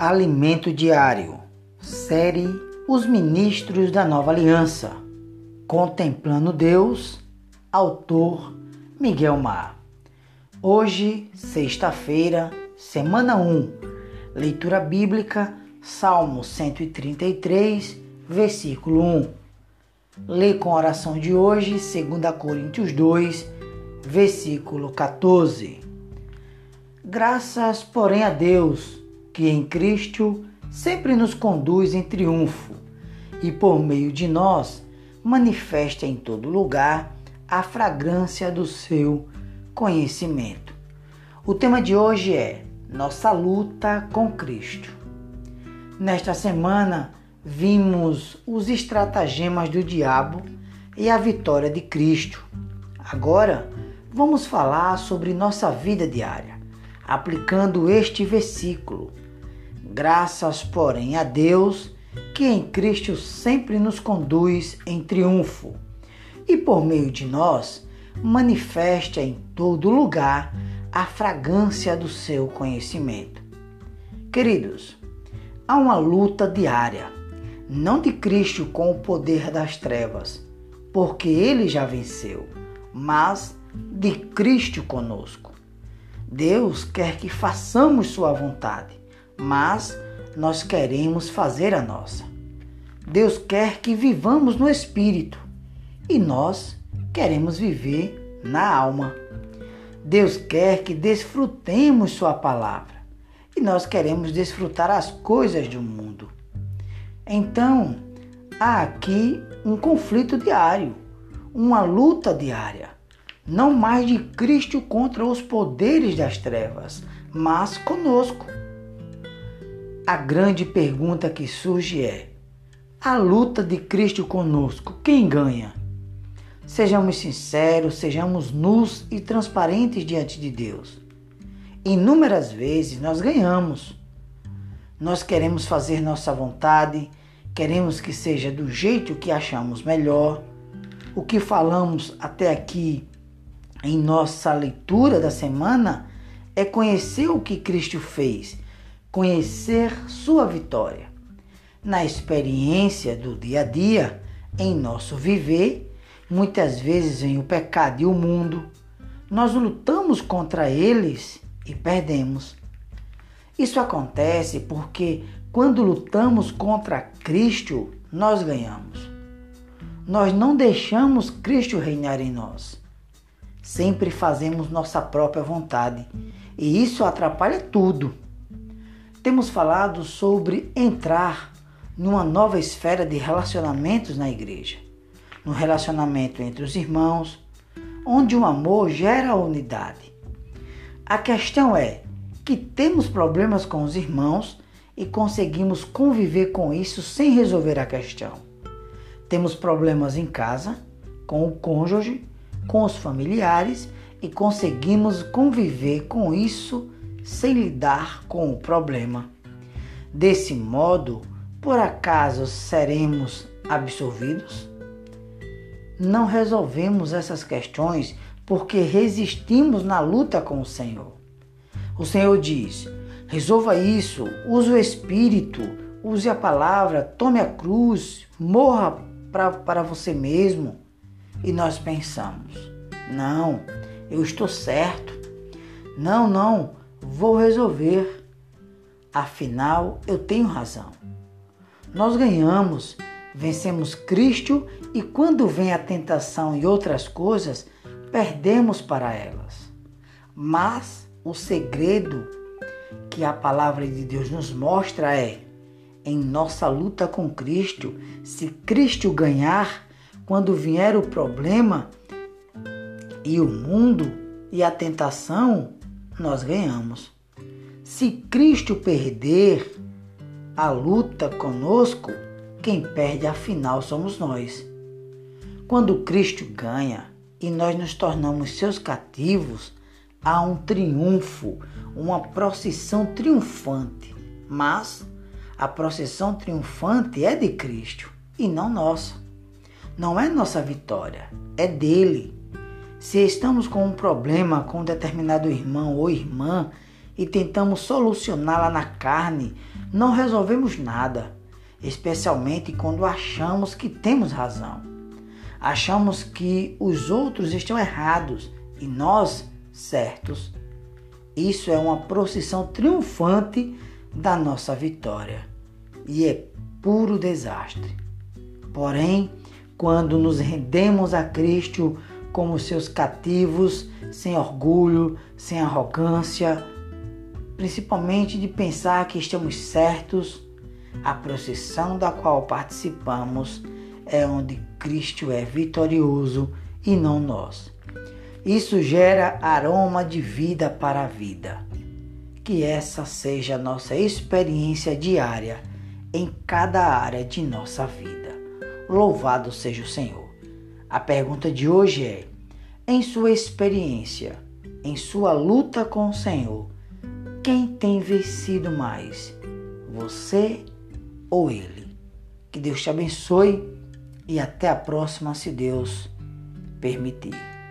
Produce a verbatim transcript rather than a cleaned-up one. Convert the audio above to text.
Alimento Diário, série Os Ministros da Nova Aliança, Contemplando Deus, autor Miguel Mar. Hoje, sexta-feira, semana um, leitura bíblica, Salmo cento e trinta e três, versículo um. Lê com a oração de hoje, dois Coríntios dois, versículo quatorze. Graças, porém, a Deus, que em Cristo sempre nos conduz em triunfo e por meio de nós manifesta em todo lugar a fragrância do seu conhecimento. O tema de hoje é Nossa Luta com Cristo. Nesta semana, vimos os estratagemas do diabo e a vitória de Cristo. Agora, vamos falar sobre nossa vida diária, aplicando este versículo. Graças, porém, a Deus, que em Cristo sempre nos conduz em triunfo e por meio de nós manifesta em todo lugar a fragrância do seu conhecimento. Queridos, há uma luta diária, não de Cristo com o poder das trevas, porque ele já venceu, mas de Cristo conosco. Deus quer que façamos sua vontade, mas nós queremos fazer a nossa. Deus quer que vivamos no Espírito e nós queremos viver na alma. Deus quer que desfrutemos sua palavra e nós queremos desfrutar as coisas do mundo. Então, há aqui um conflito diário, uma luta diária, não mais de Cristo contra os poderes das trevas, mas conosco. A grande pergunta que surge é: a luta de Cristo conosco, quem ganha? Sejamos sinceros, sejamos nus e transparentes diante de Deus. Inúmeras vezes nós ganhamos. Nós queremos fazer nossa vontade, queremos que seja do jeito que achamos melhor. O que falamos até aqui em nossa leitura da semana é conhecer o que Cristo fez, conhecer sua vitória. Na experiência do dia a dia, em nosso viver, muitas vezes vem o pecado e o mundo. Nós lutamos contra eles e perdemos. Isso acontece porque quando lutamos contra Cristo, nós ganhamos. Nós não deixamos Cristo reinar em nós. Sempre fazemos nossa própria vontade e isso atrapalha tudo. Temos falado sobre entrar numa nova esfera de relacionamentos na igreja, no relacionamento entre os irmãos, onde o amor gera a unidade. A questão é que temos problemas com os irmãos e conseguimos conviver com isso sem resolver a questão. Temos problemas em casa, com o cônjuge, com os familiares e conseguimos conviver com isso sem lidar com o problema. Desse modo, por acaso seremos absolvidos? Não resolvemos essas questões porque resistimos na luta com o Senhor. O Senhor diz: resolva isso, use o Espírito, use a palavra, tome a cruz, morra pra, para você mesmo. E nós pensamos: não, eu estou certo. Não, não. Vou resolver. Afinal, eu tenho razão. Nós ganhamos, vencemos Cristo e quando vem a tentação e outras coisas, perdemos para elas. Mas o segredo que a palavra de Deus nos mostra é: em nossa luta com Cristo, se Cristo ganhar, quando vier o problema e o mundo e a tentação, nós ganhamos. Se Cristo perder a luta conosco, quem perde afinal somos nós. Quando Cristo ganha e nós nos tornamos seus cativos, há um triunfo, uma procissão triunfante. Mas a procissão triunfante é de Cristo e não nossa. Não é nossa vitória, é dele. Se estamos com um problema com um determinado irmão ou irmã e tentamos solucioná-la na carne, não resolvemos nada, especialmente quando achamos que temos razão. Achamos que os outros estão errados e nós certos. Isso é uma procissão triunfante da nossa vitória e é puro desastre. Porém, quando nos rendemos a Cristo como seus cativos, sem orgulho, sem arrogância, principalmente de pensar que estamos certos, a procissão da qual participamos é onde Cristo é vitorioso e não nós. Isso gera aroma de vida para a vida. Que essa seja a nossa experiência diária em cada área de nossa vida. Louvado seja o Senhor. A pergunta de hoje é: em sua experiência, em sua luta com o Senhor, quem tem vencido mais? Você ou Ele? Que Deus te abençoe e até a próxima, se Deus permitir.